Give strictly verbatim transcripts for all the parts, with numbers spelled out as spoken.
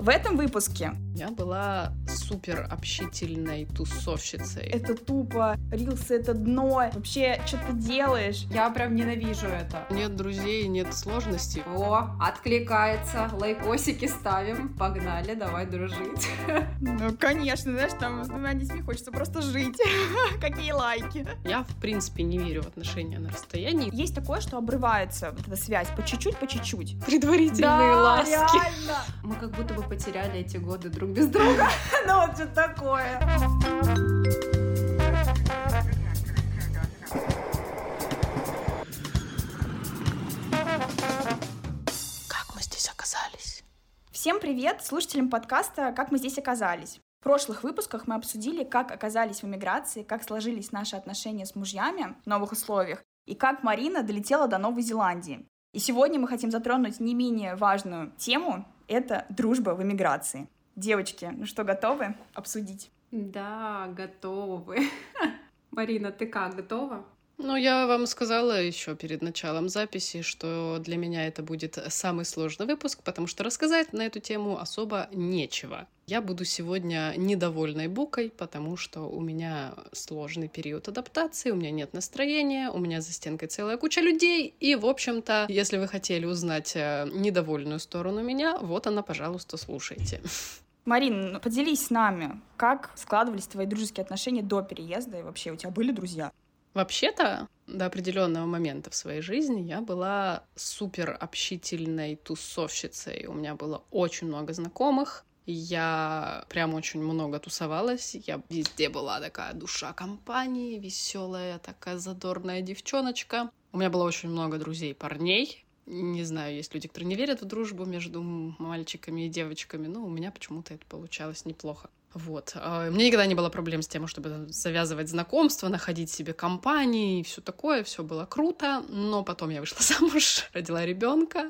В этом выпуске я была супер общительной тусовщицей. Это тупо, рилсы — это дно. Вообще, что ты делаешь? Я прям ненавижу это. Нет друзей, нет сложностей. О, откликается. Лайкосики ставим. Погнали, давай дружить. Ну, конечно, знаешь, там с двумя детьми хочется просто жить. Какие лайки. Я, в принципе, не верю в отношения на расстоянии. Есть такое, что обрывается вот эта связь по чуть-чуть, по чуть-чуть. Предварительные да, ласки. Реально. Мы как будто бы потеряли эти годы друг без друга. Ну вот что такое. Как мы здесь оказались? Всем привет слушателям подкаста «Как мы здесь оказались». В прошлых выпусках мы обсудили, как оказались в эмиграции, как сложились наши отношения с мужьями в новых условиях и как Марина долетела до Новой Зеландии. И сегодня мы хотим затронуть не менее важную тему — это дружба в эмиграции. Девочки, ну что, готовы обсудить? Да, готовы. Марина, ты как, готова? Ну, я вам сказала еще перед началом записи, что для меня это будет самый сложный выпуск, потому что рассказать на эту тему особо нечего. Я буду сегодня недовольной букой, потому что у меня сложный период адаптации, у меня нет настроения, у меня за стенкой целая куча людей, и, в общем-то, если вы хотели узнать недовольную сторону меня, вот она, пожалуйста, слушайте. Марин, поделись с нами, как складывались твои дружеские отношения до переезда, и вообще у тебя были друзья? Вообще-то, до определенного момента в своей жизни я была супер общительной тусовщицей. У меня было очень много знакомых. Я прям очень много тусовалась. Я везде была такая душа компании, веселая, такая задорная девчоночка. У меня было очень много друзей-парней. Не знаю, есть люди, которые не верят в дружбу между мальчиками и девочками, но у меня почему-то это получалось неплохо. Вот. Мне никогда не было проблем с тем, чтобы завязывать знакомства, находить себе компании и все такое, все было круто, но потом я вышла замуж, родила ребенка.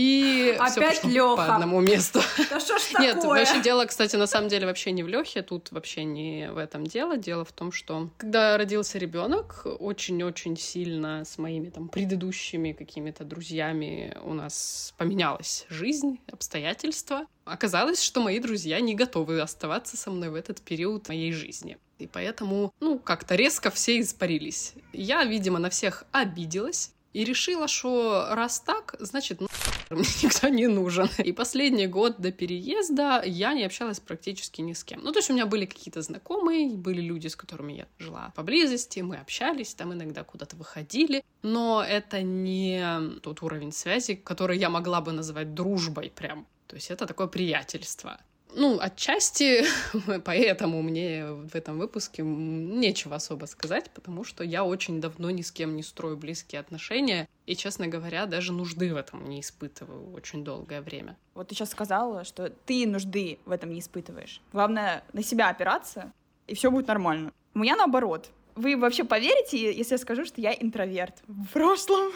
И опять все Лёха. По одному месту. Да что ж Нет, такое? вообще дело, кстати, на самом деле вообще не в Лёхе, тут вообще не в этом дело. Дело в том, что когда родился ребенок, очень-очень сильно с моими там предыдущими какими-то друзьями у нас поменялась жизнь, обстоятельства. Оказалось, что мои друзья не готовы оставаться со мной в этот период моей жизни. И поэтому, ну, как-то резко все испарились. Я, видимо, на всех обиделась. И решила, что раз так, значит, ну, мне никто не нужен. И последний год до переезда я не общалась практически ни с кем. Ну, то есть у меня были какие-то знакомые, были люди, с которыми я жила поблизости, мы общались, там иногда куда-то выходили. Но это не тот уровень связи, который я могла бы назвать дружбой прям. То есть это такое приятельство. Ну, отчасти поэтому мне в этом выпуске нечего особо сказать, потому что я очень давно ни с кем не строю близкие отношения и, честно говоря, даже нужды в этом не испытываю очень долгое время. Вот ты сейчас сказала, что ты нужды в этом не испытываешь. Главное на себя опираться, и все будет нормально. У меня наоборот. Вы вообще поверите, если я скажу, что я интроверт в прошлом?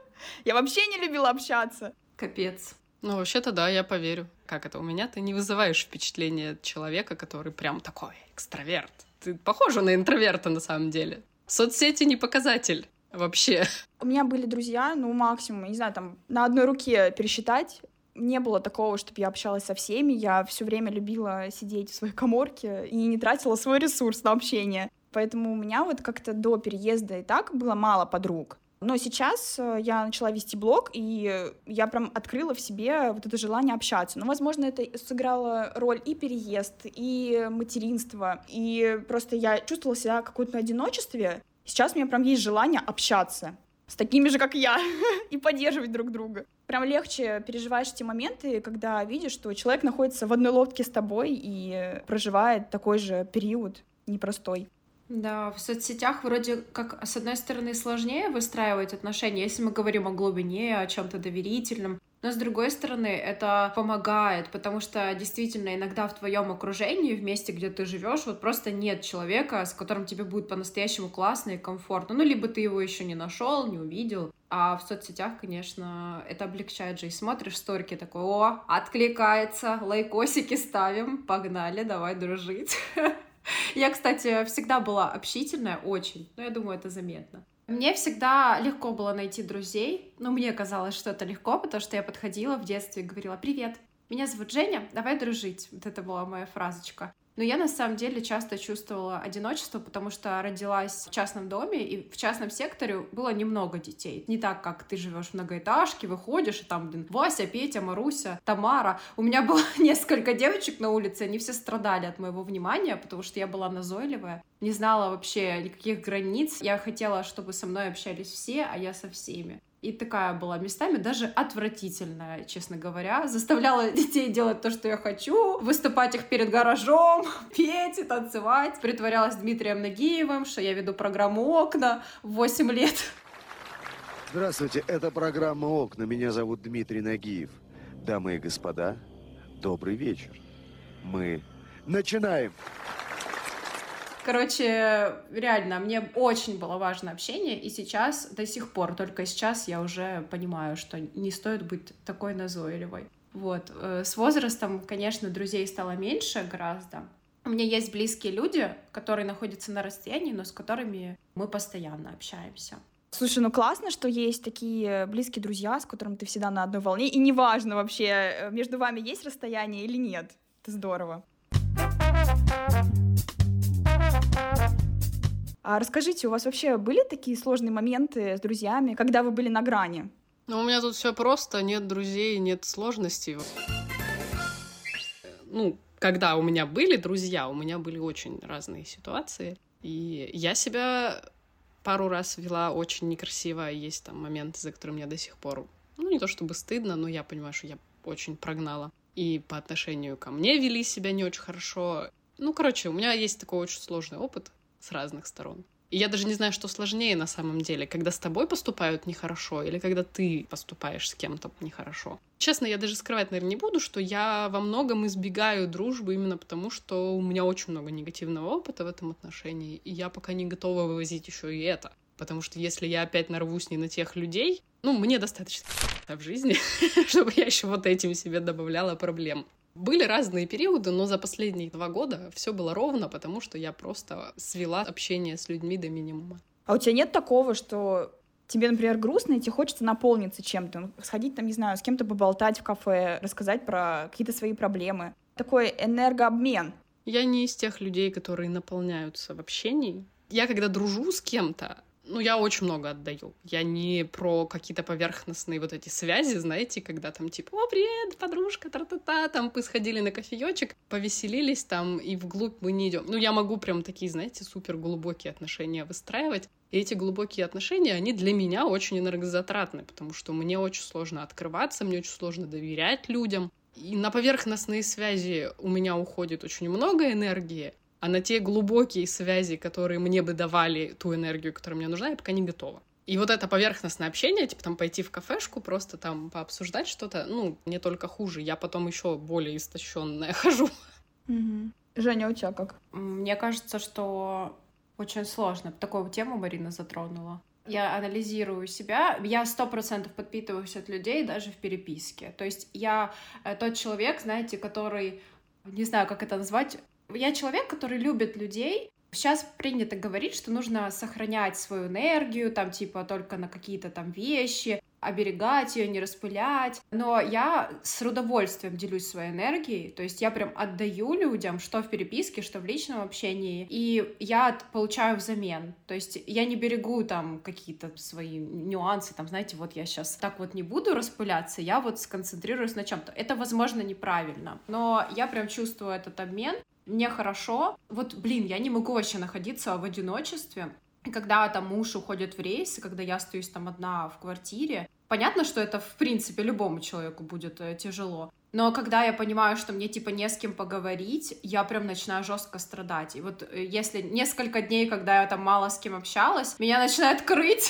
Я вообще не любила общаться. Капец. Ну, вообще-то да, я поверю. Как это у меня? Ты не вызываешь впечатление человека, который прям такой экстраверт. Ты похожа на интроверта на самом деле. Соцсети не показатель вообще. У меня были друзья, ну, максимум, я не знаю, там, на одной руке пересчитать. Не было такого, чтобы я общалась со всеми. Я все время любила сидеть в своей каморке и не тратила свой ресурс на общение. Поэтому у меня вот как-то до переезда и так было мало подруг. Но сейчас я начала вести блог, и я прям открыла в себе вот это желание общаться. Ну, возможно, это сыграло роль и переезд, и материнство, и просто я чувствовала себя в каком-то одиночестве. Сейчас у меня прям есть желание общаться с такими же, как я, и поддерживать друг друга. Прям легче переживаешь те моменты, когда видишь, что человек находится в одной лодке с тобой и проживает такой же период непростой. Да, в соцсетях вроде как, с одной стороны, сложнее выстраивать отношения, если мы говорим о глубине, о чем-то доверительном, но с другой стороны, это помогает, потому что действительно иногда в твоем окружении, в месте, где ты живешь, вот просто нет человека, с которым тебе будет по-настоящему классно и комфортно. Ну, либо ты его еще не нашел, не увидел. А в соцсетях, конечно, это облегчает жизнь. Смотришь сторики, такой: о, откликается, лайкосики ставим, погнали, давай дружить. Я, кстати, всегда была общительная, очень, но я думаю, это заметно. Мне всегда легко было найти друзей, но мне казалось, что это легко, потому что я подходила в детстве и говорила: «Привет, Меня зовут Женя, давай дружить. Вот это была моя фразочка. Но я на самом деле часто чувствовала одиночество, потому что родилась в частном доме, и в частном секторе было немного детей. Не так, как ты живешь в многоэтажке, выходишь, и там, блин, Вася, Петя, Маруся, Тамара. У меня было несколько девочек на улице, они все страдали от моего внимания, потому что я была назойливая, не знала вообще никаких границ. Я хотела, чтобы со мной общались все, а я со всеми. И такая была местами даже отвратительная, честно говоря. Заставляла детей делать то, что я хочу, выступать их перед гаражом, петь и танцевать. Притворялась Дмитрием Нагиевым, что я веду программу «Окна» в восемь лет. Здравствуйте, это программа «Окна». Меня зовут Дмитрий Нагиев. Дамы и господа, добрый вечер. Мы начинаем! Короче, реально, мне очень было важно общение, и сейчас, до сих пор, только сейчас я уже понимаю, что не стоит быть такой назойливой. Вот. С возрастом, конечно, друзей стало меньше гораздо. У меня есть близкие люди, которые находятся на расстоянии, но с которыми мы постоянно общаемся. Слушай, ну классно, что есть такие близкие друзья, с которыми ты всегда на одной волне, и неважно вообще, между вами есть расстояние или нет. Это здорово. А расскажите, у вас вообще были такие сложные моменты с друзьями, когда вы были на грани? Ну, у меня тут все просто, нет друзей, нет сложностей. Ну, когда у меня были друзья, у меня были очень разные ситуации. И я себя пару раз вела очень некрасиво. Есть там моменты, за которые мне до сих пор, ну, не то чтобы стыдно, но я понимаю, что я очень прогнала. И по отношению ко мне вели себя не очень хорошо. Ну, короче, у меня есть такой очень сложный опыт с разных сторон. И я даже не знаю, что сложнее на самом деле, когда с тобой поступают нехорошо или когда ты поступаешь с кем-то нехорошо. Честно, я даже скрывать, наверное, не буду, что я во многом избегаю дружбы именно потому, что у меня очень много негативного опыта в этом отношении, и я пока не готова вывозить еще и это. Потому что если я опять нарвусь не на тех людей, ну, мне достаточно в жизни, чтобы я еще вот этим себе добавляла проблем. Были разные периоды, но за последние два года все было ровно, потому что я просто свела общение с людьми до минимума. А у тебя нет такого, что тебе, например, грустно, и тебе хочется наполниться чем-то, сходить там, не знаю, с кем-то поболтать в кафе, рассказать про какие-то свои проблемы? Такой энергообмен. Я не из тех людей, которые наполняются в общении. Я когда дружу с кем-то, ну, я очень много отдаю. Я не про какие-то поверхностные вот эти связи, знаете, когда там типа «О, привет, подружка, тра-та-та», там мы сходили на кофеёчек, повеселились там, и вглубь мы не идем. Ну, я могу прям такие, знаете, супер глубокие отношения выстраивать. И эти глубокие отношения, они для меня очень энергозатратны, потому что мне очень сложно открываться, мне очень сложно доверять людям. И на поверхностные связи у меня уходит очень много энергии, а на те глубокие связи, которые мне бы давали ту энергию, которая мне нужна, я пока не готова. И вот это поверхностное общение, типа там пойти в кафешку, просто там пообсуждать что-то, ну, не только хуже, я потом еще более истощенная хожу. Угу. Женя, у тебя как? Мне кажется, что очень сложно. Такую тему Марина затронула. Я анализирую себя, я сто процентов подпитываюсь от людей даже в переписке. То есть я тот человек, знаете, который, не знаю, как это назвать, я человек, который любит людей. Сейчас принято говорить, что нужно сохранять свою энергию, там, типа, только на какие-то там вещи, оберегать ее, не распылять. Но я с удовольствием делюсь своей энергией, то есть я прям отдаю людям, что в переписке, что в личном общении, и я получаю взамен. То есть я не берегу там какие-то свои нюансы, там, знаете, вот я сейчас так вот не буду распыляться, я вот сконцентрируюсь на чем-то. Это, возможно, неправильно, но я прям чувствую этот обмен. Мне хорошо. Вот, блин, я не могу вообще находиться в одиночестве. Когда там муж уходит в рейс, и когда я остаюсь там одна в квартире, понятно, что это, в принципе, любому человеку будет э, тяжело. Но когда я понимаю, что мне, типа, не с кем поговорить, я прям начинаю жестко страдать. И вот э, если несколько дней, когда я там мало с кем общалась, меня начинает крыть,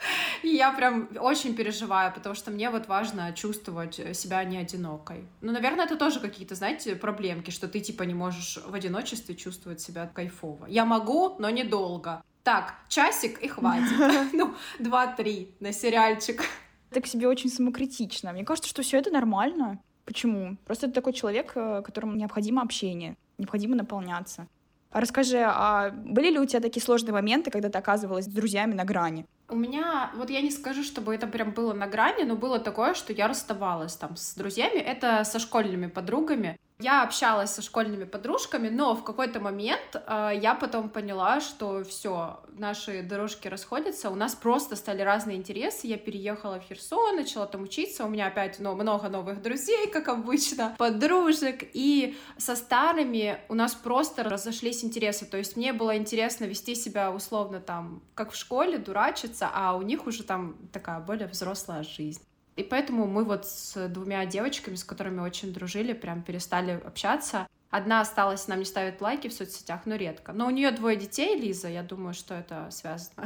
и я прям очень переживаю, потому что мне вот важно чувствовать себя не одинокой. Ну, наверное, это тоже какие-то, знаете, проблемки, что ты, типа, не можешь в одиночестве чувствовать себя кайфово. Я могу, но недолго. Так, часик и хватит. Ну, два-три на сериальчик. Ты к себе очень самокритична. Мне кажется, что все это нормально. Почему? Просто ты такой человек, которому необходимо общение, необходимо наполняться. А расскажи, а были ли у тебя такие сложные моменты, когда ты оказывалась с друзьями на грани? У меня, вот я не скажу, чтобы это прям было на грани, но было такое, что я расставалась там с друзьями, это со школьными подругами. Я общалась со школьными подружками, но в какой-то момент э, я потом поняла, что все, наши дорожки расходятся, у нас просто стали разные интересы, я переехала в Херсон, начала там учиться, у меня опять ну, много новых друзей, как обычно, подружек, и со старыми у нас просто разошлись интересы, то есть мне было интересно вести себя условно там, как в школе, дурачиться, а у них уже там такая более взрослая жизнь. И поэтому мы вот с двумя девочками, с которыми очень дружили, прям перестали общаться. Одна осталась, нам не ставит лайки в соцсетях, но редко. Но у нее двое детей, Лиза, я думаю, что это связано.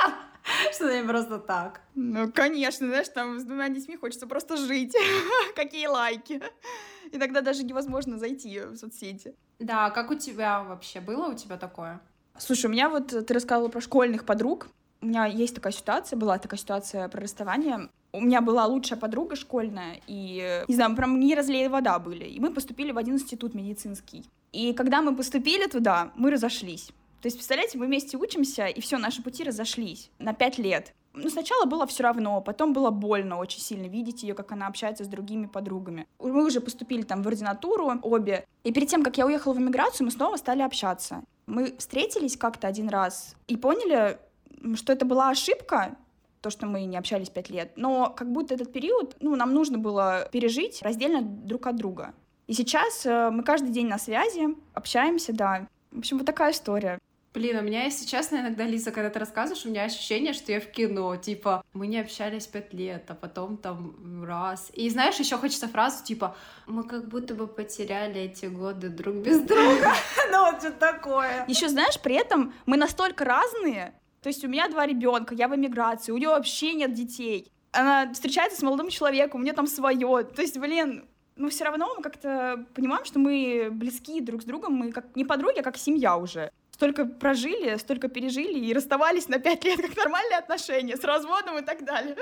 Что не просто так. Ну, конечно, знаешь, там с двумя детьми хочется просто жить. Какие лайки. Иногда даже невозможно зайти в соцсети. Да, как у тебя вообще? Было у тебя такое? Слушай, у меня вот, ты рассказывала про школьных подруг. У меня есть такая ситуация, была такая ситуация про расставание. У меня была лучшая подруга школьная, и, не знаю, прям не разлей вода были. И мы поступили в один институт медицинский. И когда мы поступили туда, мы разошлись. То есть, представляете, мы вместе учимся, и все, наши пути разошлись на пять лет. Ну, сначала было все равно, потом было больно очень сильно видеть ее, как она общается с другими подругами. Мы уже поступили там в ординатуру обе. И перед тем, как я уехала в эмиграцию, мы снова стали общаться. Мы встретились как-то один раз и поняли, что это была ошибка, то, что мы не общались пять лет, но как будто этот период, ну, нам нужно было пережить раздельно друг от друга. И сейчас э, мы каждый день на связи, общаемся, да. В общем, вот такая история. Блин, у меня, если честно, иногда, Лиза, когда ты рассказываешь, у меня ощущение, что я в кино, типа, мы не общались пять лет, а потом там раз. И знаешь, еще хочется фразу, типа, мы как будто бы потеряли эти годы друг без друга. Ну вот что такое. Еще знаешь, при этом мы настолько разные. То есть у меня два ребенка, я в эмиграции, у нее вообще нет детей. Она встречается с молодым человеком, у нее там свое. То есть, блин, ну все равно мы как-то понимаем, что мы близки друг с другом, мы как не подруги, а как семья уже. Столько прожили, столько пережили и расставались на пять лет, как нормальные отношения, с разводом и так далее.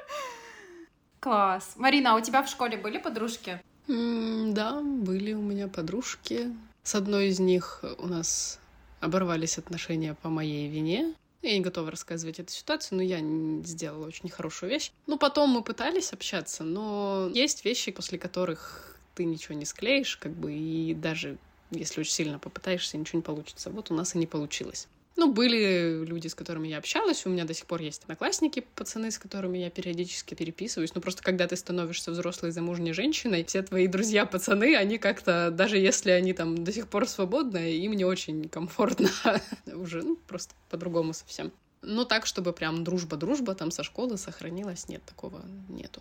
Класс. Марина, а у тебя в школе были подружки? Mm, да, были у меня подружки. С одной из них у нас оборвались отношения по моей вине. Я не готова рассказывать эту ситуацию, но я сделала очень хорошую вещь. Ну, потом мы пытались общаться, но есть вещи, после которых ты ничего не склеишь, как бы, и даже если очень сильно попытаешься, ничего не получится. Вот у нас и не получилось. Ну, были люди, с которыми я общалась, у меня до сих пор есть одноклассники, пацаны, с которыми я периодически переписываюсь. Ну, просто когда ты становишься взрослой замужней женщиной, все твои друзья-пацаны, они как-то, даже если они там до сих пор свободны, им не очень комфортно уже, ну, просто по-другому совсем. Ну, так, чтобы прям дружба-дружба там со школы сохранилась, нет, такого нету.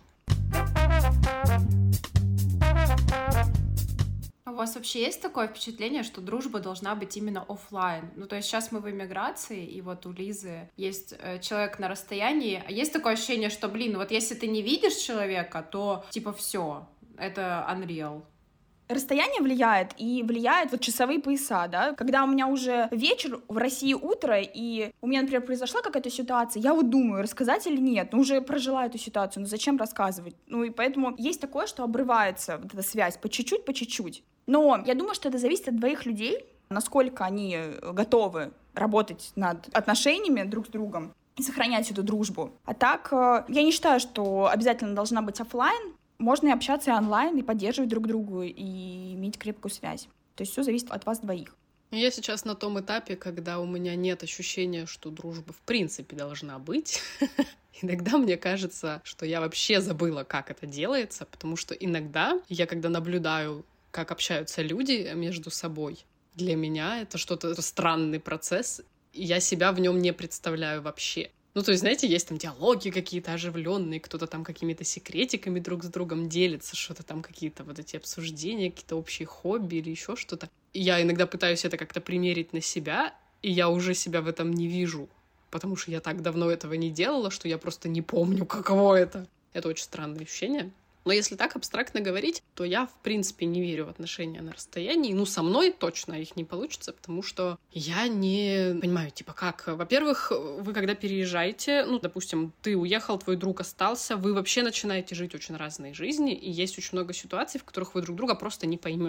У вас вообще есть такое впечатление, что дружба должна быть именно офлайн? Ну, то есть сейчас мы в эмиграции, и вот у Лизы есть э, человек на расстоянии, а есть такое ощущение, что, блин, вот если ты не видишь человека, то типа все, это unreal. Расстояние влияет, и влияет вот часовые пояса, да, когда у меня уже вечер, в России утро, и у меня, например, произошла какая-то ситуация, я вот думаю, рассказать или нет, ну, уже прожила эту ситуацию, ну, зачем рассказывать? Ну, и поэтому есть такое, что обрывается вот эта связь по чуть-чуть, по чуть-чуть. Но я думаю, что это зависит от двоих людей, насколько они готовы работать над отношениями друг с другом и сохранять эту дружбу. А так, я не считаю, что обязательно должна быть офлайн. Можно и общаться и онлайн, и поддерживать друг другу, и иметь крепкую связь. То есть все зависит от вас двоих. Я сейчас на том этапе, когда у меня нет ощущения, что дружба в принципе должна быть. Иногда мне кажется, что я вообще забыла, как это делается, потому что иногда я, когда наблюдаю, как общаются люди между собой, для меня это что-то странный процесс, и я себя в нем не представляю вообще. Ну, то есть, знаете, есть там диалоги какие-то оживленные, кто-то там какими-то секретиками друг с другом делится, что-то там какие-то вот эти обсуждения, какие-то общие хобби или еще что-то. И я иногда пытаюсь это как-то примерить на себя, и я уже себя в этом не вижу, потому что я так давно этого не делала, что я просто не помню, каково это. Это очень странное ощущение. Но если так абстрактно говорить, то я, в принципе, не верю в отношения на расстоянии. Ну, со мной точно их не получится, потому что я не понимаю, типа, как... Во-первых, вы когда переезжаете, ну, допустим, ты уехал, твой друг остался, вы вообще начинаете жить очень разные жизни, и есть очень много ситуаций, в которых вы друг друга просто не поймете.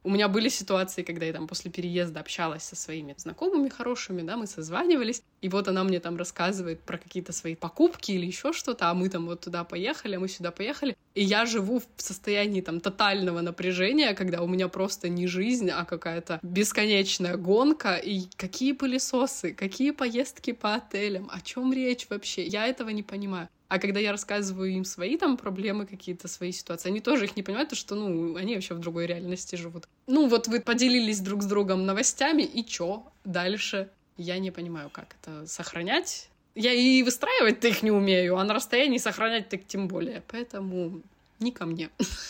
У меня были ситуации, когда я там после переезда общалась со своими знакомыми хорошими, да, мы созванивались, и вот она мне там рассказывает про какие-то свои покупки или еще что-то, а мы там вот туда поехали, а мы сюда поехали, и я живу в состоянии там тотального напряжения, когда у меня просто не жизнь, а какая-то бесконечная гонка, и какие пылесосы, какие поездки по отелям, о чем речь вообще, я этого не понимаю. А когда я рассказываю им свои там проблемы, какие-то свои ситуации, они тоже их не понимают, потому что, ну, они вообще в другой реальности живут. Ну, вот вы поделились друг с другом новостями, и чё дальше? Я не понимаю, как это сохранять. Я и выстраивать-то их не умею, а на расстоянии сохранять так тем более. Поэтому не ко мне.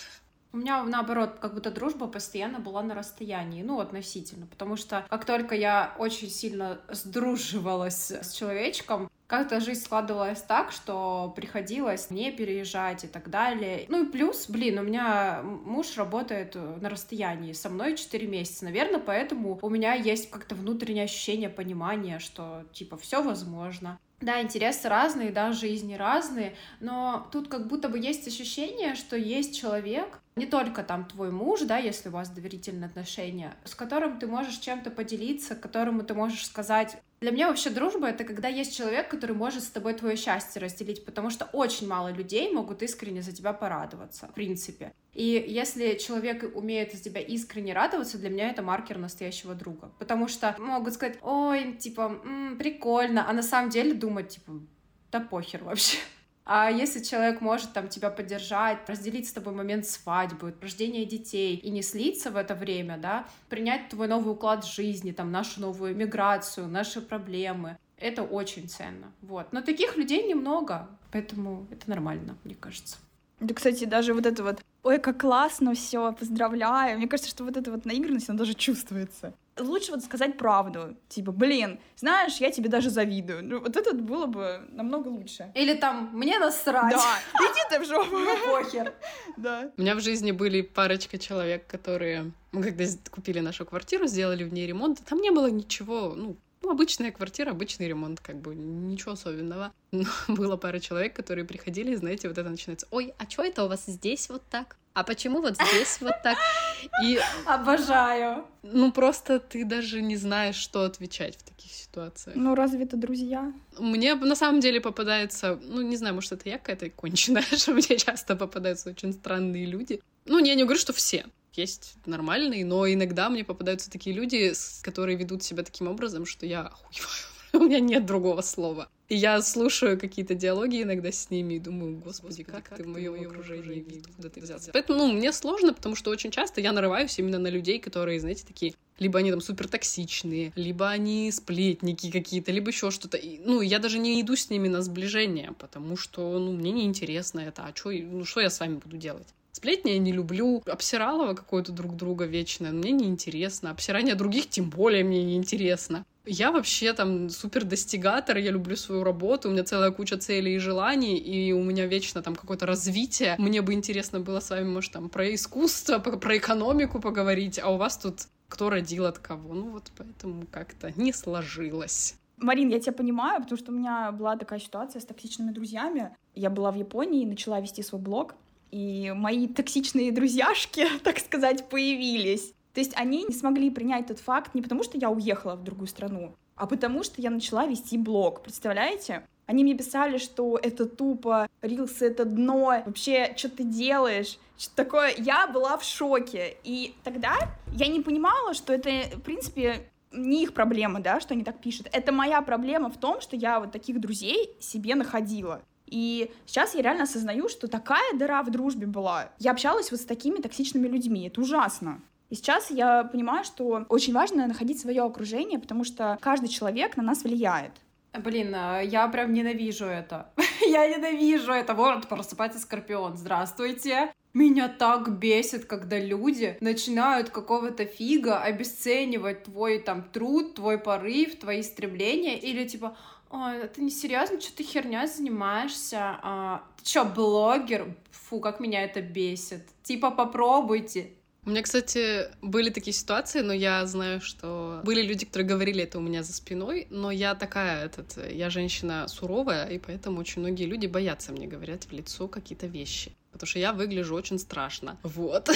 У меня, наоборот, как будто дружба постоянно была на расстоянии, ну, относительно, потому что как только я очень сильно сдруживалась с человечком, как-то жизнь складывалась так, что приходилось не переезжать и так далее. Ну и плюс, блин, у меня муж работает на расстоянии со мной четыре месяца, наверное, поэтому у меня есть как-то внутреннее ощущение понимания, что, типа, все возможно. Да, интересы разные, да, жизни разные, но тут как будто бы есть ощущение, что есть человек, не только там твой муж, да, если у вас доверительные отношения, с которым ты можешь чем-то поделиться, которому ты можешь сказать. Для меня вообще дружба — это когда есть человек, который может с тобой твое счастье разделить, потому что очень мало людей могут искренне за тебя порадоваться, в принципе. И если человек умеет за тебя искренне радоваться, для меня это маркер настоящего друга. Потому что могут сказать: ой, типа, м, прикольно, а на самом деле думать, типа, да похер вообще. А если человек может там тебя поддержать, разделить с тобой момент свадьбы, рождения детей и не слиться в это время, да, принять твой новый уклад жизни, там, нашу новую миграцию, наши проблемы, это очень ценно, вот. Но таких людей немного, поэтому это нормально, мне кажется. Да, кстати, даже вот это вот: ой, как классно, все, поздравляю. Мне кажется, что вот эта вот наигранность, она даже чувствуется. Лучше вот сказать правду. Типа, блин, знаешь, я тебе даже завидую. Ну, вот это было бы намного лучше. Или там, мне насрать. Да, иди ты в жопу. Ну, похер. Да. У меня в жизни были парочка человек, которые... Мы когда купили нашу квартиру, сделали в ней ремонт, там не было ничего, ну, Ну, обычная квартира, обычный ремонт, как бы, ничего особенного. Но было пара человек, которые приходили, и, знаете, вот это начинается: ой, а что это у вас здесь вот так? А почему вот здесь вот так? И... Обожаю. Ну, просто ты даже не знаешь, что отвечать в таких ситуациях. Ну, разве это друзья? Мне на самом деле попадается, ну, не знаю, может, это я какая-то конченая, что мне часто попадаются очень странные люди. Ну, я не говорю, что все. Есть нормальные, но иногда мне попадаются такие люди, которые ведут себя таким образом, что я охуеваю. У меня нет другого слова. И я слушаю какие-то диалоги иногда с ними и думаю: господи, как, как ты в моем окружении, откуда ты взялся? Поэтому, ну, мне сложно, потому что очень часто я нарываюсь именно на людей, которые, знаете, такие, либо они там супер токсичные, либо они сплетники какие-то, либо еще что-то. И, ну, я даже не иду с ними на сближение, потому что, ну, мне неинтересно это. А что, ну, что я с вами буду делать? Сплетни я не люблю, обсиралово какое-то друг друга вечное мне неинтересно, обсирание других тем более мне неинтересно. Я вообще там супер достигатор, я люблю свою работу, у меня целая куча целей и желаний, и у меня вечно там какое-то развитие. Мне бы интересно было с вами, может, там про искусство, про экономику поговорить, а у вас тут кто родил от кого. Ну вот поэтому как-то не сложилось. Марин, я тебя понимаю, потому что у меня была такая ситуация с токсичными друзьями. Я была в Японии и начала вести свой блог, и мои токсичные друзьяшки, так сказать, появились. То есть они не смогли принять тот факт не потому, что я уехала в другую страну, а потому что я начала вести блог. Представляете? Они мне писали, что это тупо, рилсы — это дно, вообще, что ты делаешь? Что такое? Я была в шоке. И тогда я не понимала, что это, в принципе, не их проблема, да, что они так пишут. Это моя проблема в том, что я вот таких друзей себе находила. И сейчас я реально осознаю, что такая дыра в дружбе была. Я общалась вот с такими токсичными людьми. Это ужасно. И сейчас я понимаю, что очень важно находить свое окружение, потому что каждый человек на нас влияет. Блин, я прям ненавижу это. Я ненавижу это. Вот, просыпается Скорпион. Здравствуйте. Меня так бесит, когда люди начинают какого-то фига обесценивать твой там труд, твой порыв, твои стремления, или типа: ой, это не серьезно, что ты херня занимаешься? А, ты чё, блогер? Фу, как меня это бесит. Типа, попробуйте. У меня, кстати, были такие ситуации, но я знаю, что были люди, которые говорили это у меня за спиной, но я такая, этот, я женщина суровая, и поэтому очень многие люди боятся мне говорить в лицо какие-то вещи, потому что я выгляжу очень страшно. Вот.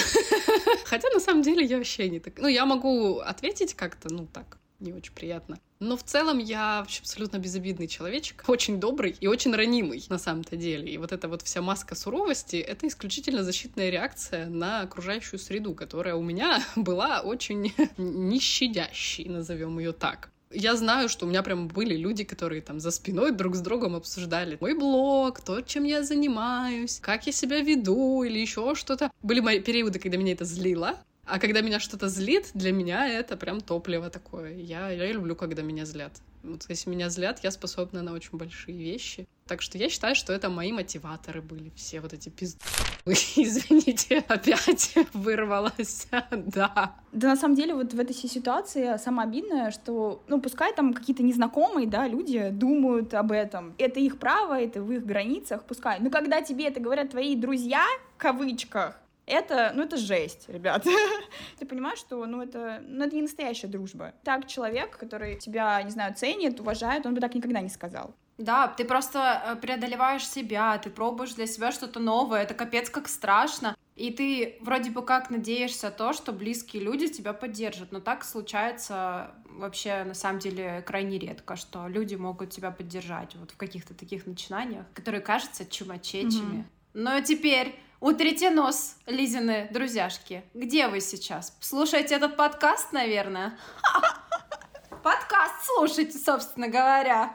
Хотя, на самом деле, я вообще не так... Ну, я могу ответить как-то, ну, так, не очень приятно. Но в целом я вообще абсолютно безобидный человечек, очень добрый и очень ранимый на самом-то деле. И вот эта вот вся маска суровости — это исключительно защитная реакция на окружающую среду, которая у меня была очень нещадящей, назовем ее так. Я знаю, что у меня прям были люди, которые там за спиной друг с другом обсуждали мой блог, то, чем я занимаюсь, как я себя веду или еще что-то. Были мои периоды, когда меня это злило. А когда меня что-то злит, для меня это прям топливо такое. Я, я люблю, когда меня злят. Вот если меня злят, я способна на очень большие вещи. Так что я считаю, что это мои мотиваторы были. Все вот эти пизды. Извините, опять вырвалась. Да. Да, на самом деле, вот в этой ситуации самое обидное, что, ну, пускай там какие-то незнакомые, да, люди думают об этом. Это их право, это в их границах, пускай. Но когда тебе это говорят твои друзья, в кавычках, Это, ну, это жесть, ребят. Ты понимаешь, что, ну, это, ну, это не настоящая дружба. Так человек, который тебя, не знаю, ценит, уважает, он бы так никогда не сказал. Да, ты просто преодолеваешь себя, ты пробуешь для себя что-то новое, это капец как страшно. И ты вроде бы как надеешься то, что близкие люди тебя поддержат, но так случается вообще на самом деле крайне редко, что люди могут тебя поддержать вот в каких-то таких начинаниях, которые кажутся чумачечими. Mm-hmm. Но теперь утрите нос, Лизины друзьяшки. Где вы сейчас? Слушаете этот подкаст, наверное? Подкаст слушайте, собственно говоря.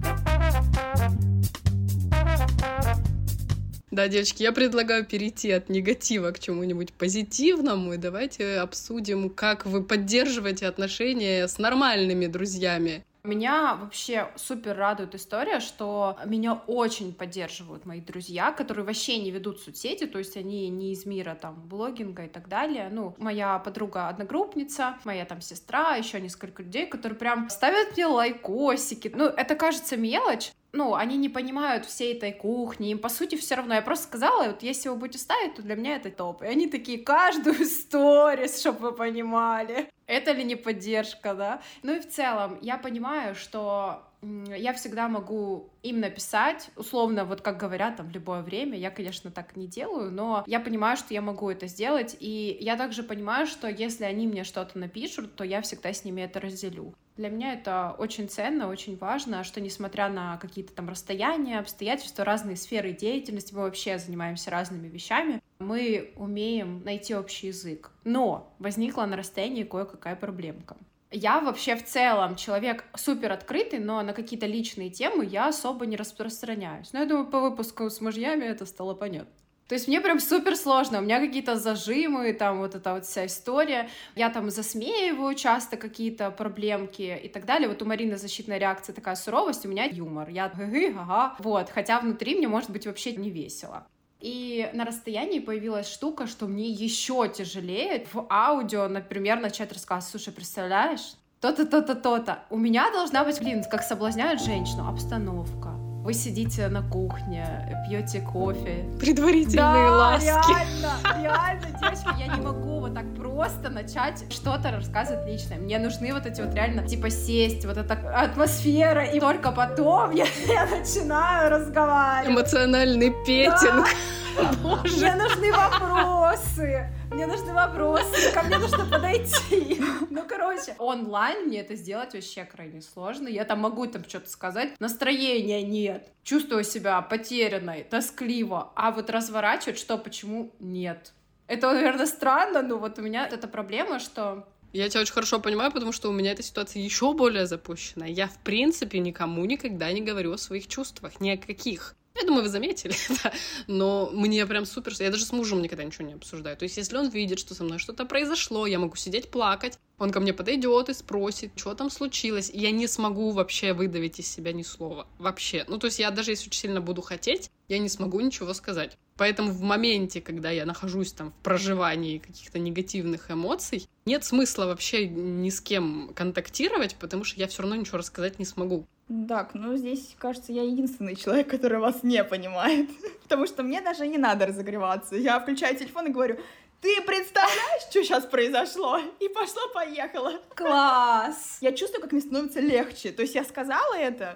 Да, девочки, я предлагаю перейти от негатива к чему-нибудь позитивному, и давайте обсудим, как вы поддерживаете отношения с нормальными друзьями. Меня вообще супер радует история, что меня очень поддерживают мои друзья, которые вообще не ведут соцсети, то есть они не из мира там блогинга и так далее. Ну, моя подруга-одногруппница, моя там сестра, еще несколько людей, которые прям ставят мне лайкосики. Ну, это кажется мелочь. Ну, они не понимают всей этой кухни, им, по сути, все равно. Я просто сказала, вот если вы будете ставить, то для меня это топ. И они такие, каждую сторис, чтобы вы понимали. Это ли не поддержка, да? Ну и в целом, я понимаю, что я всегда могу им написать, условно, вот как говорят, там, в любое время. Я, конечно, так не делаю, но я понимаю, что я могу это сделать. И я также понимаю, что если они мне что-то напишут, то я всегда с ними это разделю. Для меня это очень ценно, очень важно, что несмотря на какие-то там расстояния, обстоятельства, разные сферы деятельности, мы вообще занимаемся разными вещами, мы умеем найти общий язык. Но возникла на расстоянии кое-какая проблемка. Я вообще в целом человек супер открытый, но на какие-то личные темы я особо не распространяюсь. Но я думаю, по выпуску с мужьями это стало понятно. То есть мне прям супер сложно, у меня какие-то зажимы, там вот эта вот вся история, я там засмеиваю часто какие-то проблемки и так далее. Вот у Марины защитная реакция такая суровость, у меня юмор, я ага, вот, хотя внутри мне может быть вообще не весело. И на расстоянии появилась штука, что мне еще тяжелее в аудио, например, начать рассказывать. Слушай, представляешь, то-то, то-то, то-то. У меня должна быть, блин, как соблазняют женщину, обстановка. Вы сидите на кухне, пьете кофе. Предварительные да, ласки. реально, реально, девочки, я не могу вот так просто начать что-то рассказывать личное. Мне нужны вот эти вот реально, типа, сесть, вот эта атмосфера, и только потом я, я начинаю разговаривать. Эмоциональный петинг. Да. Мне нужны вопросы. Мне нужны вопросы, ко мне нужно подойти. Ну, короче, онлайн мне это сделать вообще крайне сложно. Я там могу там что-то сказать. Настроения нет. Чувствую себя потерянной, тоскливо. А вот разворачивать что, почему нет? Это, наверное, странно, но вот у меня эта проблема, что... Я тебя очень хорошо понимаю, потому что у меня эта ситуация еще более запущена. Я, в принципе, никому никогда не говорю о своих чувствах. Ни о каких. Я думаю, вы заметили, да. Но мне прям супер... Я даже с мужем никогда ничего не обсуждаю. То есть, если он видит, что со мной что-то произошло, я могу сидеть плакать, он ко мне подойдет и спросит, что там случилось. И я не смогу вообще выдавить из себя ни слова. Вообще. Ну, то есть, я даже если очень сильно буду хотеть, я не смогу ничего сказать. Поэтому в моменте, когда я нахожусь там в проживании каких-то негативных эмоций, нет смысла вообще ни с кем контактировать, потому что я все равно ничего рассказать не смогу. Так, ну здесь, кажется, я единственный человек, который вас не понимает. Потому что мне даже не надо разогреваться. Я включаю телефон и говорю: ты представляешь, что сейчас произошло? И пошло-поехало. Класс! Я чувствую, как мне становится легче. То есть я сказала это,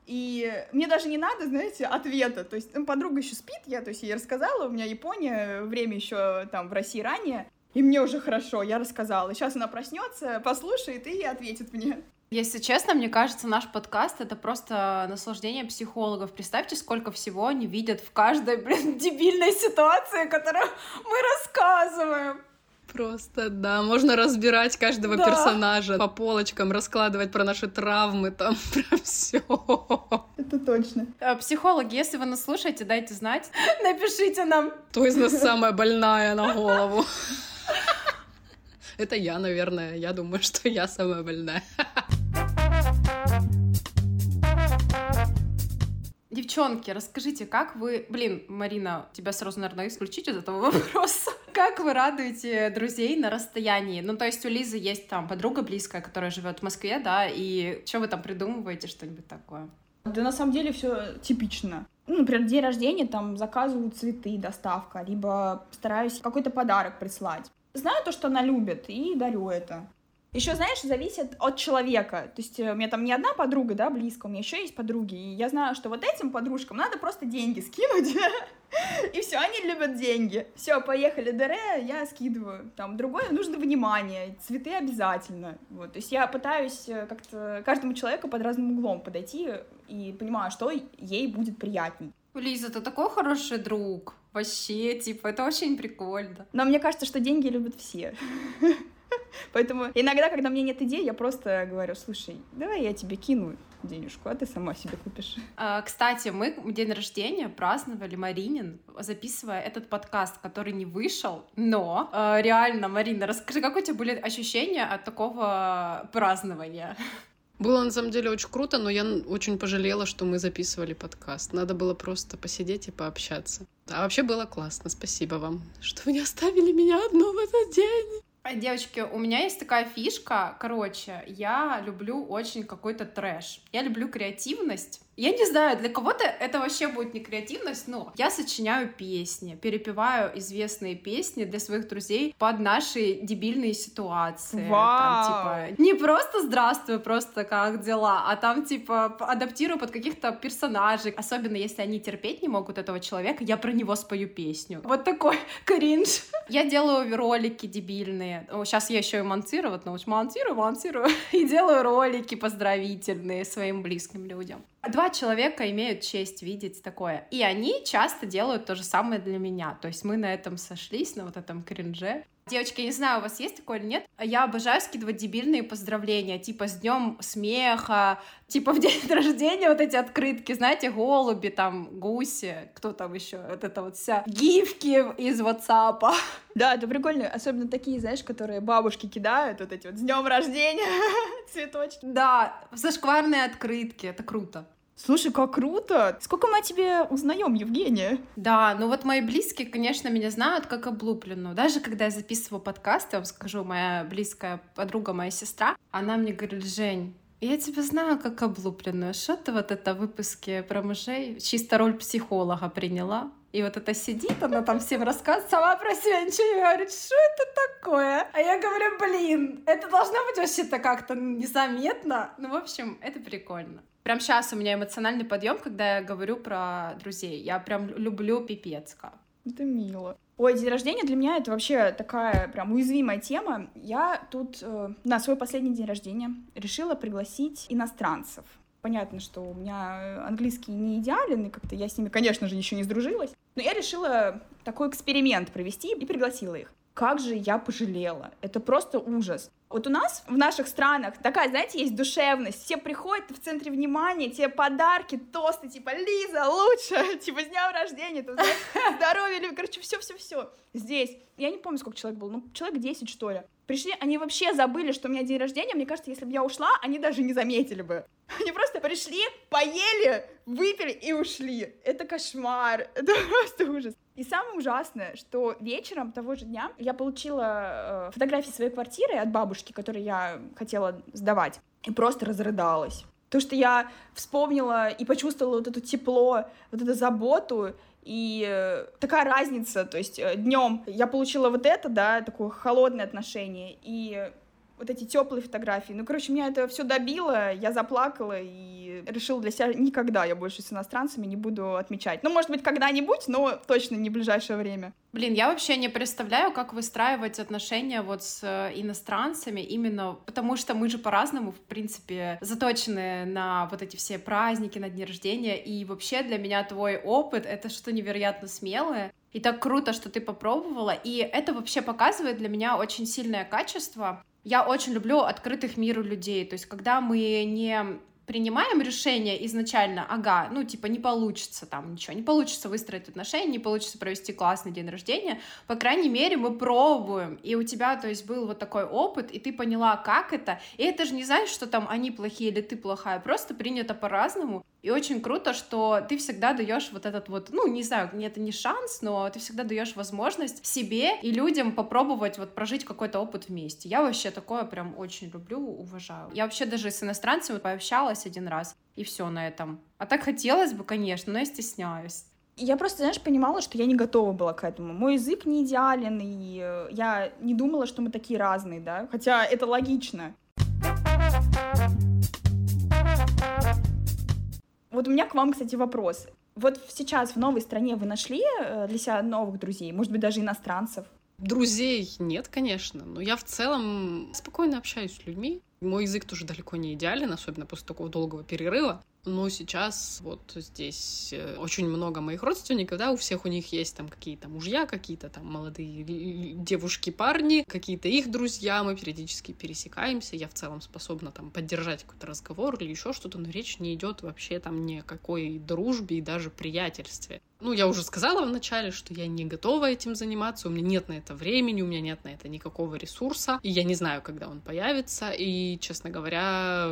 и мне даже не надо, знаете, ответа. То есть ну, подруга еще спит, я, то есть я ей рассказала, у меня Япония, время еще там в России ранее. И мне уже хорошо, я рассказала. Сейчас она проснется, послушает и ответит мне. Если честно, мне кажется, наш подкаст — это просто наслаждение психологов. Представьте, сколько всего они видят в каждой, блин, дебильной ситуации, которую мы рассказываем. Просто, да, можно разбирать каждого да. персонажа по полочкам, раскладывать про наши травмы, там, про все. Это точно. Психологи, если вы нас слушаете, дайте знать, напишите нам. Кто из нас самая больная на голову? Это я, наверное. Я думаю, что я самая больная. Девчонки, расскажите, как вы... Блин, Марина, тебя сразу, наверное, исключить из этого вопроса. Как вы радуете друзей на расстоянии? Ну, то есть у Лизы есть там подруга близкая, которая живет в Москве, да, и что вы там придумываете, что-нибудь такое? Да на самом деле все типично. Ну, например, день рождения, там, заказываю цветы, доставка, либо стараюсь какой-то подарок прислать. Знаю то, что она любит, и дарю это. Еще, знаешь, зависит от человека. То есть у меня там не одна подруга, да, близкая, у меня еще есть подруги. И я знаю, что вот этим подружкам надо просто деньги скинуть. И все, они любят деньги. Все, поехали, ДР, я скидываю. Там другое нужно внимание, цветы обязательно. Вот. То есть я пытаюсь как-то каждому человеку под разным углом подойти и понимаю, что ей будет приятней. Лиза, ты такой хороший друг. Вообще, типа, это очень прикольно. Но мне кажется, что деньги любят все. Поэтому иногда, когда у меня нет идей, я просто говорю: слушай, давай я тебе кину денежку, а ты сама себе купишь. А, кстати, мы день рождения праздновали Маринин, записывая этот подкаст, который не вышел, но а, реально, Марина, расскажи, как у тебя были ощущения от такого празднования? Было на самом деле очень круто, но я очень пожалела, что мы записывали подкаст. Надо было просто посидеть и пообщаться. А вообще было классно, спасибо вам, что вы не оставили меня одну в этот день. Девочки, у меня есть такая фишка, короче, я люблю очень какой-то трэш. Я люблю креативность. Я не знаю, для кого-то это вообще будет не креативность, но я сочиняю песни, перепеваю известные песни для своих друзей под наши дебильные ситуации. Вау! Там, типа, не просто «здравствуй», просто «как дела», а там, типа, адаптирую под каких-то персонажей. Особенно, если они терпеть не могут этого человека, я про него спою песню. Вот такой кринж. Я делаю ролики дебильные. Сейчас я еще и монтирую, вот научу, монтирую, монтирую. И делаю ролики поздравительные своим близким людям. Два человека имеют честь видеть такое. И они часто делают то же самое для меня. То есть мы на этом сошлись, на вот этом кринже. Девочки, я не знаю, у вас есть такое или нет? Я обожаю скидывать дебильные поздравления, типа с днем смеха, типа в день рождения вот эти открытки, знаете, голуби, там, гуси, кто там еще, вот это вот вся, гифки из WhatsApp. Да, это прикольно, особенно такие, знаешь, которые бабушки кидают, вот эти вот с днем рождения цветочки. Да, зашкварные открытки, это круто. Слушай, как круто! Сколько мы о тебе узнаем, Евгения? Да, ну вот мои близкие, конечно, меня знают как облупленную. Даже когда я записываю подкаст, я вам скажу, моя близкая подруга, моя сестра, она мне говорит: Жень, я тебя знаю как облупленную. Что ты вот это в выпуске про мужей чисто роль психолога приняла? И вот это сидит, она там всем рассказывает, сама про себя ничего не говорит, что это такое? А я говорю: блин, это должно быть вообще-то как-то незаметно. Ну, в общем, это прикольно. Прям сейчас у меня эмоциональный подъем, когда я говорю про друзей. Я прям люблю пипец как. Это мило. Ой, день рождения для меня это вообще такая прям уязвимая тема. Я тут э, на свой последний день рождения решила пригласить иностранцев. Понятно, что у меня английский не идеален, и как-то я с ними, конечно же, еще не сдружилась. Но я решила такой эксперимент провести и пригласила их. Как же я пожалела. Это просто ужас. Вот у нас в наших странах такая, знаете, есть душевность. Все приходят, ты в центре внимания, тебе подарки, тосты, типа «Лиза, лучше!» Типа «С днем рождения!» тут, здоровья, любви, короче, все-все-все. Здесь, я не помню, сколько человек было, ну, человек десять, что ли. Пришли, они вообще забыли, что у меня день рождения. Мне кажется, если бы я ушла, они даже не заметили бы. Они просто пришли, поели, выпили и ушли. Это кошмар, это просто ужас. И самое ужасное, что вечером того же дня я получила э, фотографии своей квартиры от бабушки, которую я хотела сдавать, и просто разрыдалась. То, что я вспомнила и почувствовала вот это тепло, вот эту заботу, и э, такая разница, то есть э, днем я получила вот это, да, такое холодное отношение, и вот эти теплые фотографии. Ну, короче, меня это все добило, я заплакала, и решила для себя, никогда я больше с иностранцами не буду отмечать. Ну, может быть, когда-нибудь, но точно не в ближайшее время. Блин, я вообще не представляю, как выстраивать отношения вот с иностранцами, именно потому что мы же по-разному, в принципе, заточены на вот эти все праздники, на дни рождения, и вообще для меня твой опыт — это что невероятно смелое, и так круто, что ты попробовала, и это вообще показывает для меня очень сильное качество. Я очень люблю открытых миру людей, то есть когда мы не принимаем решение изначально, ага, ну, типа, не получится там ничего, не получится выстроить отношения, не получится провести классный день рождения, по крайней мере, мы пробуем, и у тебя, то есть, был вот такой опыт, и ты поняла, как это, и это же не значит, что там они плохие или ты плохая, просто принято по-разному, и очень круто, что ты всегда даешь вот этот вот, ну, не знаю, это не шанс, но ты всегда даешь возможность себе и людям попробовать вот прожить какой-то опыт вместе. Я вообще такое прям очень люблю, уважаю. Я вообще даже с иностранцами пообщалась один раз, и все на этом. А так хотелось бы, конечно, но я стесняюсь. Я просто, знаешь, понимала, что я не готова была к этому. Мой язык не идеален, и я не думала, что мы такие разные, да, хотя это логично. Вот у меня к вам, кстати, вопрос. Вот сейчас в новой стране вы нашли для себя новых друзей, может быть, даже иностранцев? Друзей нет, конечно, но я в целом спокойно общаюсь с людьми. Мой язык тоже далеко не идеален, особенно после такого долгого перерыва. Но сейчас вот здесь очень много моих родственников, да, у всех у них есть там какие-то мужья, какие-то там молодые девушки, парни, какие-то их друзья, мы периодически пересекаемся, я в целом способна там поддержать какой-то разговор или еще что-то, но речь не идет вообще там ни о какой дружбе и даже приятельстве. Ну, я уже сказала вначале, что я не готова этим заниматься, у меня нет на это времени, у меня нет на это никакого ресурса, и я не знаю, когда он появится, и, честно говоря,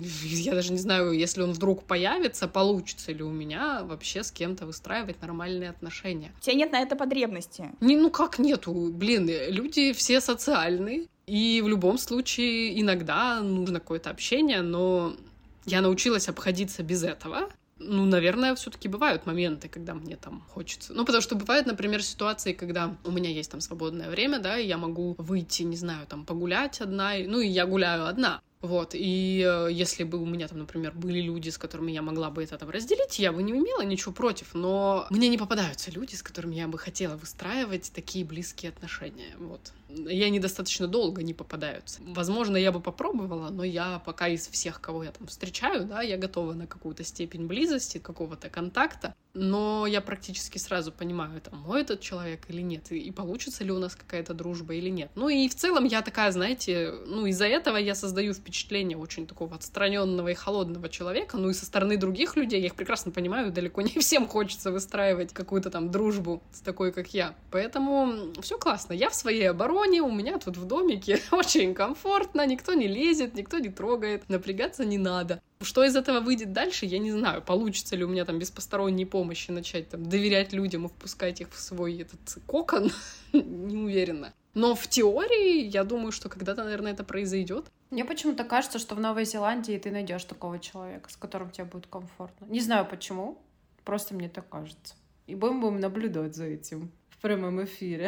я даже не знаю, если он вдруг появится, получится ли у меня вообще с кем-то выстраивать нормальные отношения. У тебя нет на это потребности? Не, ну как нету? Блин, люди все социальные, и в любом случае иногда нужно какое-то общение, но я научилась обходиться без этого. Ну, наверное, все-таки бывают моменты, когда мне там хочется. Ну, потому что бывают, например, ситуации, когда у меня есть там свободное время, да, и я могу выйти, не знаю, там, погулять одна, ну, и я гуляю одна. Вот, и э, если бы у меня там, например, были люди, с которыми я могла бы это там разделить, я бы не имела ничего против, но мне не попадаются люди, с которыми я бы хотела выстраивать такие близкие отношения, вот. И они достаточно долго не попадаются. Возможно, я бы попробовала, но я пока из всех, кого я там встречаю, да, я готова на какую-то степень близости, какого-то контакта, но я практически сразу понимаю, там, мой этот человек или нет, и, и получится ли у нас какая-то дружба или нет. Ну и в целом я такая, знаете, ну из-за этого я создаю впечатление очень такого отстраненного и холодного человека, ну и со стороны других людей, я их прекрасно понимаю, далеко не всем хочется выстраивать какую-то там дружбу с такой, как я. Поэтому все классно, я в своей обороне, у меня тут в домике очень комфортно, никто не лезет, никто не трогает, напрягаться не надо. Что из этого выйдет дальше, я не знаю. Получится ли у меня там без посторонней помощи начать там доверять людям и впускать их в свой этот кокон, не уверена. Но в теории, я думаю, что когда-то, наверное, это произойдет. Мне почему-то кажется, что в Новой Зеландии ты найдешь такого человека, с которым тебе будет комфортно. Не знаю почему, просто мне так кажется. И будем будем наблюдать за этим в прямом эфире.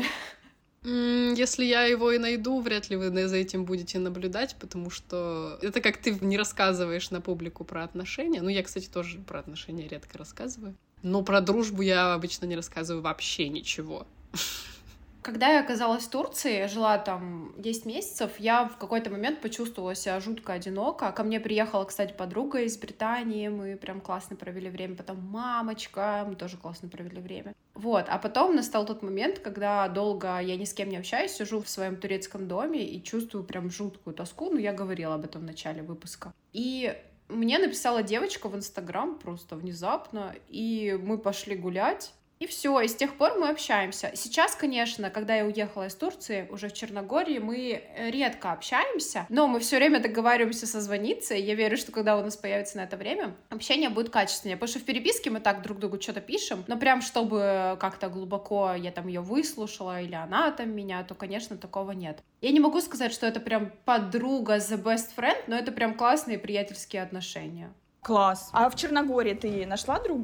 Если я его и найду, вряд ли вы за этим будете наблюдать, потому что это как ты не рассказываешь на публику про отношения. Ну, я, кстати, тоже про отношения редко рассказываю. Но про дружбу я обычно не рассказываю вообще ничего. Когда я оказалась в Турции, жила там десять месяцев, я в какой-то момент почувствовала себя жутко одиноко. Ко мне приехала, кстати, подруга из Британии, мы прям классно провели время. Потом мамочка, мы тоже классно провели время. Вот, а потом настал тот момент, когда долго я ни с кем не общаюсь, сижу в своем турецком доме и чувствую прям жуткую тоску. Ну, я говорила об этом в начале выпуска. И мне написала девочка в Инстаграм просто внезапно, и мы пошли гулять. И все, и с тех пор мы общаемся. Сейчас, конечно, когда я уехала из Турции, уже в Черногории, мы редко общаемся, но мы все время договариваемся созвониться, и я верю, что когда у нас появится на это время, общение будет качественнее, потому что в переписке мы так друг другу что-то пишем, но прям чтобы как-то глубоко я там ее выслушала, или она там меня, то, конечно, такого нет. Я не могу сказать, что это прям подруга, the best friend, но это прям классные приятельские отношения. Класс. А в Черногории ты нашла друга?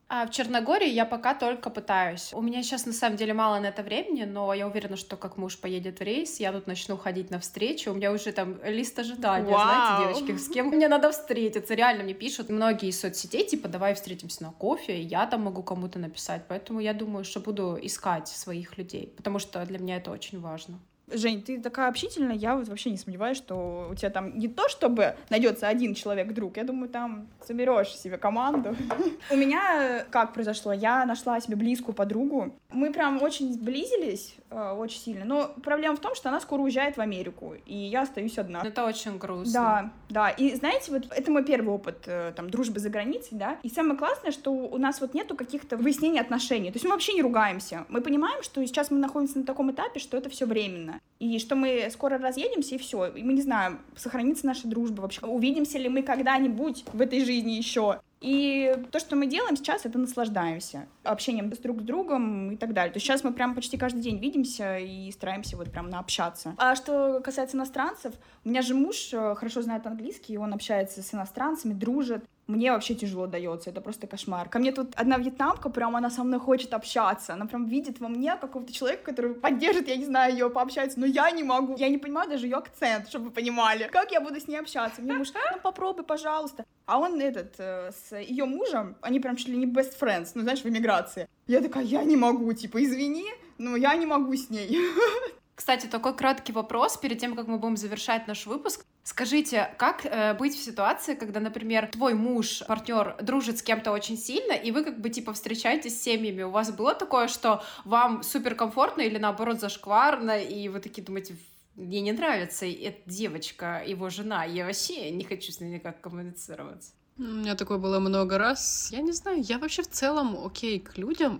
А в Черногории я пока только пытаюсь. У меня сейчас на самом деле мало на это времени, но я уверена, что как муж поедет в рейс, я тут начну ходить на встречу. У меня уже там лист ожидания, Вау. знаете, девочки, с кем мне надо встретиться. Реально мне пишут многие из соцсетей, типа, давай встретимся на кофе, и я там могу кому-то написать. Поэтому я думаю, что буду искать своих людей, потому что для меня это очень важно. Жень, ты такая общительная, я вот вообще не сомневаюсь, что у тебя там не то, чтобы найдется один человек-друг, я думаю, там соберешь себе команду. У меня как произошло? Я нашла себе близкую подругу. Мы прям очень сблизились, очень сильно, но проблема в том, что она скоро уезжает в Америку, и я остаюсь одна. Это очень грустно. Да, да, и знаете, вот это мой первый опыт там дружбы за границей, да, и самое классное, что у нас вот нету каких-то выяснений отношений, то есть мы вообще не ругаемся, мы понимаем, что сейчас мы находимся на таком этапе, что это все временно. И что мы скоро разъедемся, и все. И мы не знаем, сохранится наша дружба вообще. Увидимся ли мы когда-нибудь в этой жизни еще. И то, что мы делаем сейчас, это наслаждаемся общением с друг с другом и так далее. То есть сейчас мы прям почти каждый день видимся и стараемся вот прям наобщаться. А что касается иностранцев, у меня же муж хорошо знает английский, и он общается с иностранцами, дружит. Мне вообще тяжело дается, это просто кошмар. Ко мне тут одна вьетнамка, прям она со мной хочет общаться, она прям видит во мне какого-то человека, который поддержит, я не знаю, ее пообщаться, но я не могу. Я не понимаю даже ее акцент, чтобы вы понимали. Как я буду с ней общаться? Мне муж, ну попробуй, пожалуйста. А он этот, э, с ее мужем, они прям чуть ли не best friends, ну знаешь, в эмиграции. Я такая, я не могу, типа, извини, но я не могу с ней. Кстати, такой краткий вопрос перед тем, как мы будем завершать наш выпуск. Скажите, как э, быть в ситуации, когда, например, твой муж, партнер дружит с кем-то очень сильно, и вы как бы типа встречаетесь с семьями? У вас было такое, что вам суперкомфортно или наоборот зашкварно, и вы такие думаете, мне не нравится эта девочка, его жена, я вообще не хочу с ней никак коммуницировать? У меня такое было много раз. Я не знаю, я вообще в целом окей к людям.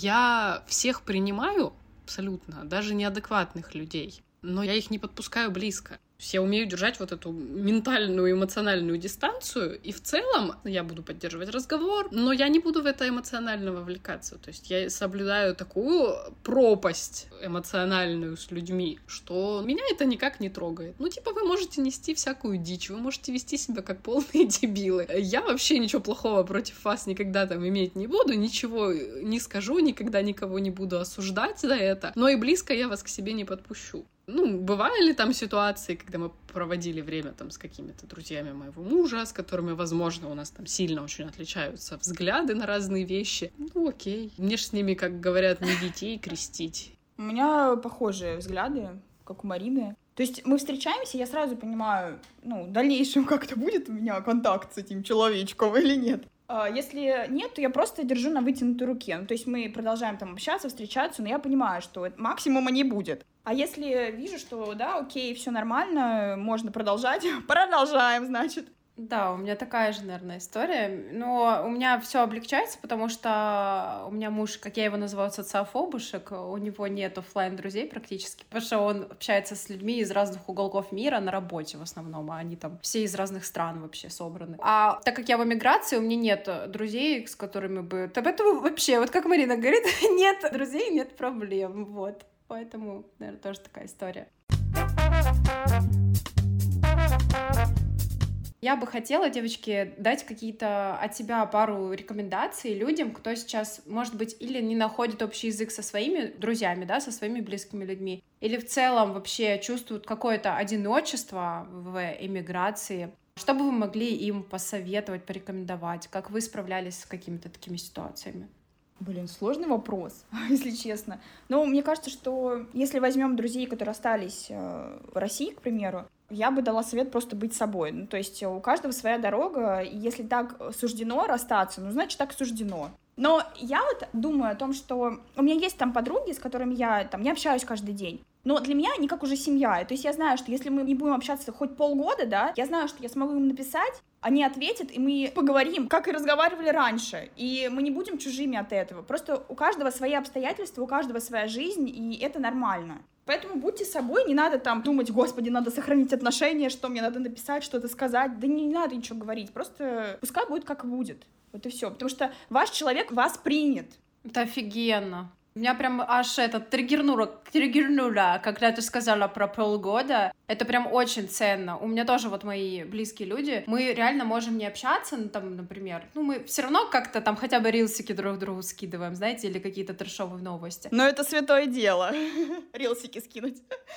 Я всех принимаю, абсолютно, даже неадекватных людей, но я их не подпускаю близко. То есть я умею держать вот эту ментальную, эмоциональную дистанцию, и в целом я буду поддерживать разговор, но я не буду в это эмоционально вовлекаться. То есть я соблюдаю такую пропасть эмоциональную с людьми, что меня это никак не трогает. Ну, типа, вы можете нести всякую дичь, вы можете вести себя как полные дебилы. Я вообще ничего плохого против вас никогда там иметь не буду, ничего не скажу, никогда никого не буду осуждать за это, но и близко я вас к себе не подпущу. Ну, бывали ли там ситуации, когда мы проводили время там с какими-то друзьями моего мужа, с которыми, возможно, у нас там сильно очень отличаются взгляды на разные вещи. Ну, окей. Мне ж с ними, как говорят, не детей крестить. У меня похожие взгляды, как у Марины. То есть мы встречаемся, я сразу понимаю, ну, в дальнейшем как-то будет у меня контакт с этим человечком или нет. Если нет, то я просто держу на вытянутой руке. Ну, то есть мы продолжаем там общаться, встречаться, но я понимаю, что максимума не будет. А если вижу, что да, окей, все нормально, можно продолжать, продолжаем, значит. Да, у меня такая же, наверное, история. Но у меня все облегчается, потому что у меня муж, как я его называю, социофобушек, у него нет офлайн друзей практически, потому что он общается с людьми из разных уголков мира на работе в основном, а они там все из разных стран вообще собраны. А так как я в эмиграции, у меня нет друзей, с которыми бы... Об этом вообще, вот как Марина говорит, нет друзей, нет проблем, вот. Поэтому, наверное, тоже такая история. Я бы хотела, девочки, дать какие-то от себя пару рекомендаций людям, кто сейчас, может быть, или не находит общий язык со своими друзьями, да, со своими близкими людьми, или в целом вообще чувствуют какое-то одиночество в эмиграции. Что бы вы могли им посоветовать, порекомендовать? Как вы справлялись с какими-то такими ситуациями? Блин, сложный вопрос, если честно. Но мне кажется, что если возьмем друзей, которые остались э, в России, к примеру, я бы дала совет просто быть собой. Ну, то есть у каждого своя дорога, и если так суждено расстаться, ну, значит, так суждено. Но я вот думаю о том, что у меня есть там подруги, с которыми я там не общаюсь каждый день. Но для меня они как уже семья. То есть я знаю, что если мы не будем общаться хоть полгода, да, я знаю, что я смогу им написать, они ответят, и мы поговорим, как и разговаривали раньше. И мы не будем чужими от этого. Просто у каждого свои обстоятельства, у каждого своя жизнь, и это нормально. Поэтому будьте собой, не надо там думать, господи, надо сохранить отношения, что мне надо написать, что-то сказать. Да не, не надо ничего говорить, просто пускай будет как будет. Вот и все. Потому что ваш человек вас принят. Это офигенно. Меня прям аж это триггернуло, триггернуло, когда ты сказала про полгода. Это прям очень ценно. У меня тоже вот мои близкие люди, мы реально можем не общаться, ну, там, например, ну, мы все равно как-то там хотя бы рилсики друг другу скидываем, знаете, или какие-то трэшовые новости. Но это святое дело, рилсики скинуть.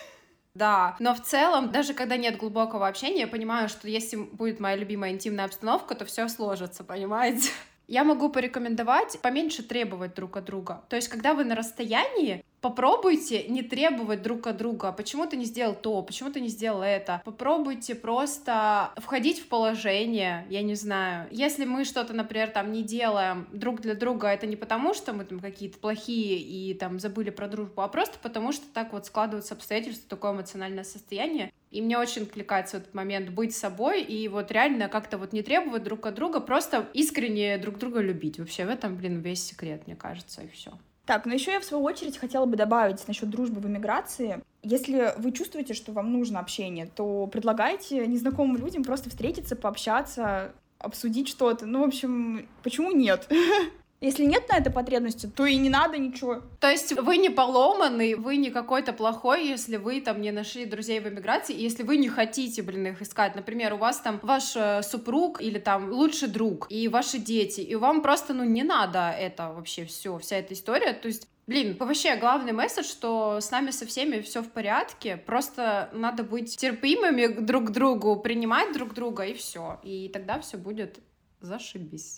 Да, но в целом, даже когда нет глубокого общения, я понимаю, что если будет моя любимая интимная обстановка, то все сложится, понимаете? Я могу порекомендовать поменьше требовать друг от друга. То есть, когда вы на расстоянии, попробуйте не требовать друг от друга. Почему ты не сделал то? Почему ты не сделал это? Попробуйте просто входить в положение, я не знаю. Если мы что-то, например, там не делаем друг для друга, это не потому, что мы там какие-то плохие и там забыли про дружбу, а просто потому, что так вот складываются обстоятельства, такое эмоциональное состояние. И мне очень кликается в этот момент быть собой и вот реально как-то вот не требовать друг от друга, просто искренне друг друга любить. Вообще в этом, блин, весь секрет, мне кажется, и все. Так, ну еще я в свою очередь хотела бы добавить насчет дружбы в эмиграции. Если вы чувствуете, что вам нужно общение, то предлагайте незнакомым людям просто встретиться, пообщаться, обсудить что-то. Ну, в общем, почему нет? Если нет на это потребности, то и не надо ничего. То есть вы не поломанный, вы не какой-то плохой, если вы там не нашли друзей в эмиграции, если вы не хотите, блин, их искать. Например, у вас там ваш э, супруг или там лучший друг и ваши дети, и вам просто, ну, не надо это вообще все, вся эта история. То есть, блин, вообще главный месседж, что с нами со всеми все в порядке, просто надо быть терпимыми друг к другу, принимать друг друга, и все. И тогда все будет зашибись.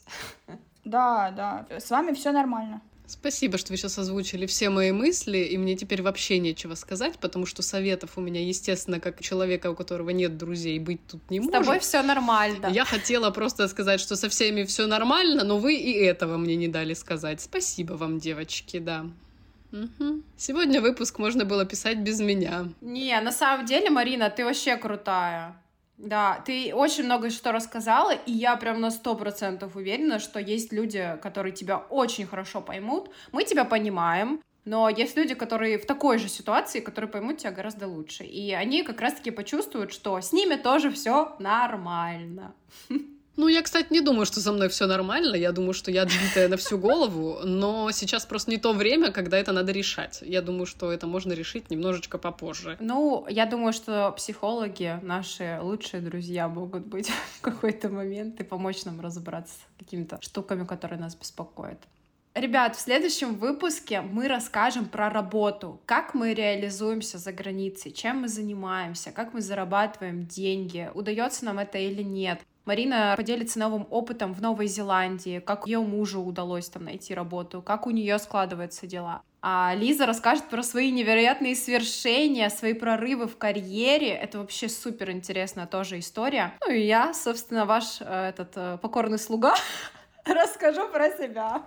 Да, да, с вами все нормально. Спасибо, что вы сейчас озвучили все мои мысли, и мне теперь вообще нечего сказать, потому что советов у меня, естественно, как человека, у которого нет друзей, быть тут не С может. С тобой все нормально. Я хотела просто сказать, что со всеми все нормально, но вы и этого мне не дали сказать. Спасибо вам, девочки, да. Угу. Сегодня выпуск можно было писать без меня. Не, на самом деле, Марина, ты вообще крутая. Да, ты очень много что рассказала, и я прям на сто процентов уверена, что есть люди, которые тебя очень хорошо поймут. Мы тебя понимаем, но есть люди, которые в такой же ситуации, которые поймут тебя гораздо лучше. И они как раз-таки почувствуют, что с ними тоже все нормально. Ну, я, кстати, не думаю, что со мной все нормально. Я думаю, что я отбитая на всю голову, но сейчас просто не то время, когда это надо решать. Я думаю, что это можно решить немножечко попозже. Ну, я думаю, что психологи, наши лучшие друзья, могут быть в какой-то момент и помочь нам разобраться с какими-то штуками, которые нас беспокоят. Ребят, в следующем выпуске мы расскажем про работу, как мы реализуемся за границей, чем мы занимаемся, как мы зарабатываем деньги, удается нам это или нет. Марина поделится новым опытом в Новой Зеландии, как ее мужу удалось там найти работу, как у нее складываются дела. А Лиза расскажет про свои невероятные свершения, свои прорывы в карьере. Это вообще супер интересная тоже история. Ну и я, собственно, ваш этот покорный слуга, расскажу про себя.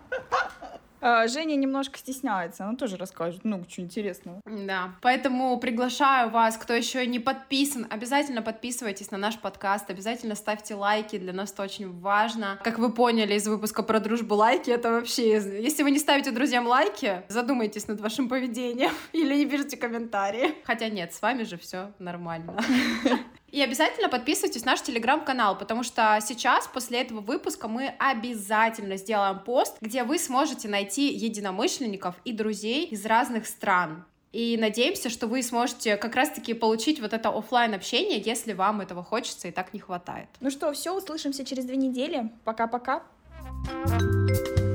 Женя немножко стесняется, она тоже расскажет много чего интересного. Да, поэтому приглашаю вас, кто еще не подписан, обязательно подписывайтесь на наш подкаст, обязательно ставьте лайки, для нас это очень важно. Как вы поняли из выпуска про дружбу, лайки — это вообще... Если вы не ставите друзьям лайки, задумайтесь над вашим поведением или не пишите комментарии. Хотя нет, с вами же все нормально. И обязательно подписывайтесь на наш телеграм-канал, потому что сейчас, после этого выпуска, мы обязательно сделаем пост, где вы сможете найти единомышленников и друзей из разных стран. И надеемся, что вы сможете как раз-таки получить вот это офлайн общение, если вам этого хочется и так не хватает. Ну что, все, услышимся через две недели. Пока-пока. Thank you.